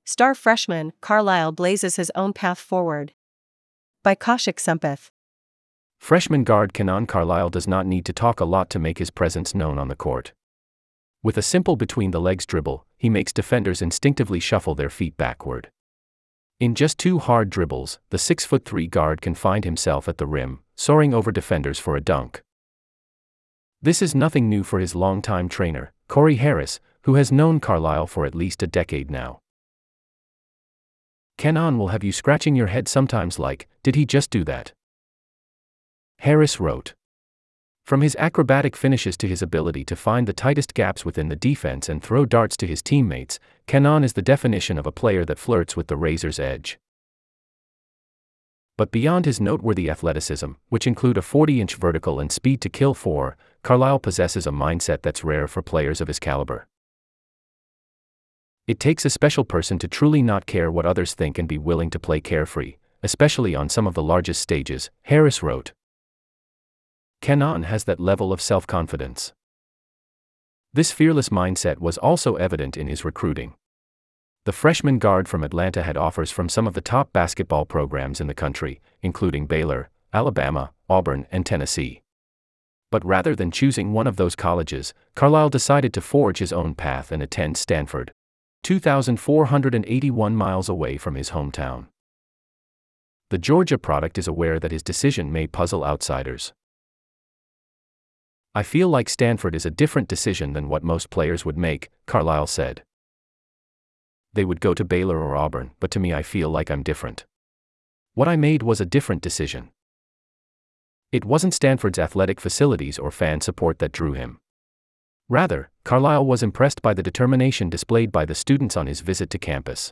Star freshman, Carlisle blazes his own path forward. By Kaushik Sampath. Freshman guard Kenan Carlisle does not need to talk a lot to make his presence known on the court. With a simple between-the-legs dribble, he makes defenders instinctively shuffle their feet backward. In just 2 hard dribbles, the 6'3" guard can find himself at the rim, soaring over defenders for a dunk. This is nothing new for his longtime trainer, Corey Harris, who has known Carlisle for at least a decade now. Kenan will have you scratching your head sometimes like, did he just do that? Harris wrote. From his acrobatic finishes to his ability to find the tightest gaps within the defense and throw darts to his teammates, Kenan is the definition of a player that flirts with the razor's edge. But beyond his noteworthy athleticism, which include a 40-inch vertical and speed to kill for, Carlisle possesses a mindset that's rare for players of his caliber. It takes a special person to truly not care what others think and be willing to play carefree, especially on some of the largest stages, Harris wrote. Kenan has that level of self-confidence. This fearless mindset was also evident in his recruiting. The freshman guard from Atlanta had offers from some of the top basketball programs in the country, including Baylor, Alabama, Auburn, and Tennessee. But rather than choosing one of those colleges, Carlisle decided to forge his own path and attend Stanford, 2,481 miles away from his hometown. The Georgia product is aware that his decision may puzzle outsiders. I feel like Stanford is a different decision than what most players would make, Carlisle said. They would go to Baylor or Auburn, but to me I feel like I'm different. What I made was a different decision. It wasn't Stanford's athletic facilities or fan support that drew him. Rather, Carlisle was impressed by the determination displayed by the students on his visit to campus.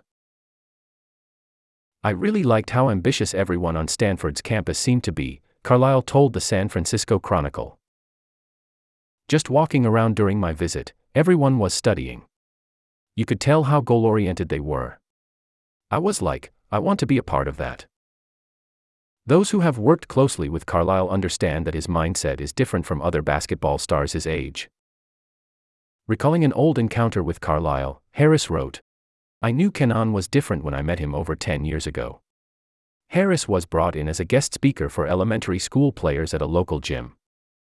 I really liked how ambitious everyone on Stanford's campus seemed to be, Carlisle told the San Francisco Chronicle. Just walking around during my visit, everyone was studying. You could tell how goal-oriented they were. I was like, I want to be a part of that. Those who have worked closely with Carlisle understand that his mindset is different from other basketball stars his age. Recalling an old encounter with Carlisle, Harris wrote, I knew Kenan was different when I met him over 10 years ago. Harris was brought in as a guest speaker for elementary school players at a local gym.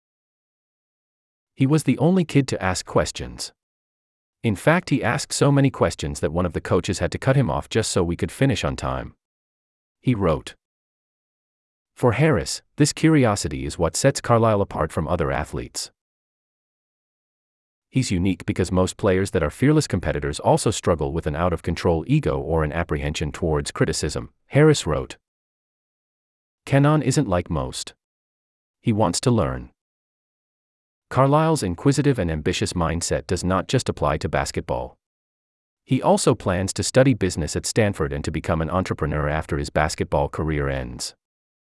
He was the only kid to ask questions. In fact, he asked so many questions that one of the coaches had to cut him off just so we could finish on time. He wrote. For Harris, this curiosity is what sets Carlisle apart from other athletes. He's unique because most players that are fearless competitors also struggle with an out-of-control ego or an apprehension towards criticism, Harris wrote. Kenan isn't like most. He wants to learn. Carlisle's inquisitive and ambitious mindset does not just apply to basketball. He also plans to study business at Stanford and to become an entrepreneur after his basketball career ends.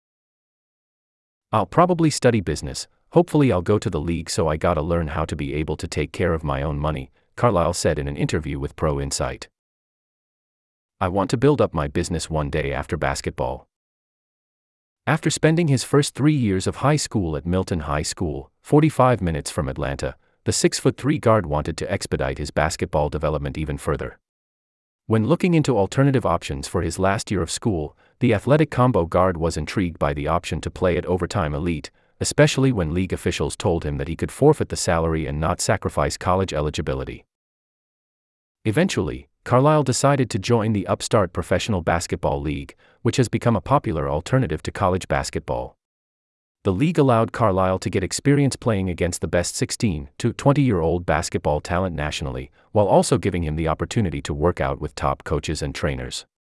I'll probably study business. Hopefully I'll go to the league, so I gotta learn how to be able to take care of my own money, Carlisle said in an interview with Pro Insight. I want to build up my business one day after basketball. After spending his first 3 years of high school at Milton High School, 45 minutes from Atlanta, the 6'3" guard wanted to expedite his basketball development even further. When looking into alternative options for his last year of school, the athletic combo guard was intrigued by the option to play at Overtime Elite, especially when league officials told him that he could forfeit the salary and not sacrifice college eligibility. Eventually, Carlisle decided to join the upstart Professional Basketball League, which has become a popular alternative to college basketball. The league allowed Carlisle to get experience playing against the best 16 to 20-year-old basketball talent nationally, while also giving him the opportunity to work out with top coaches and trainers.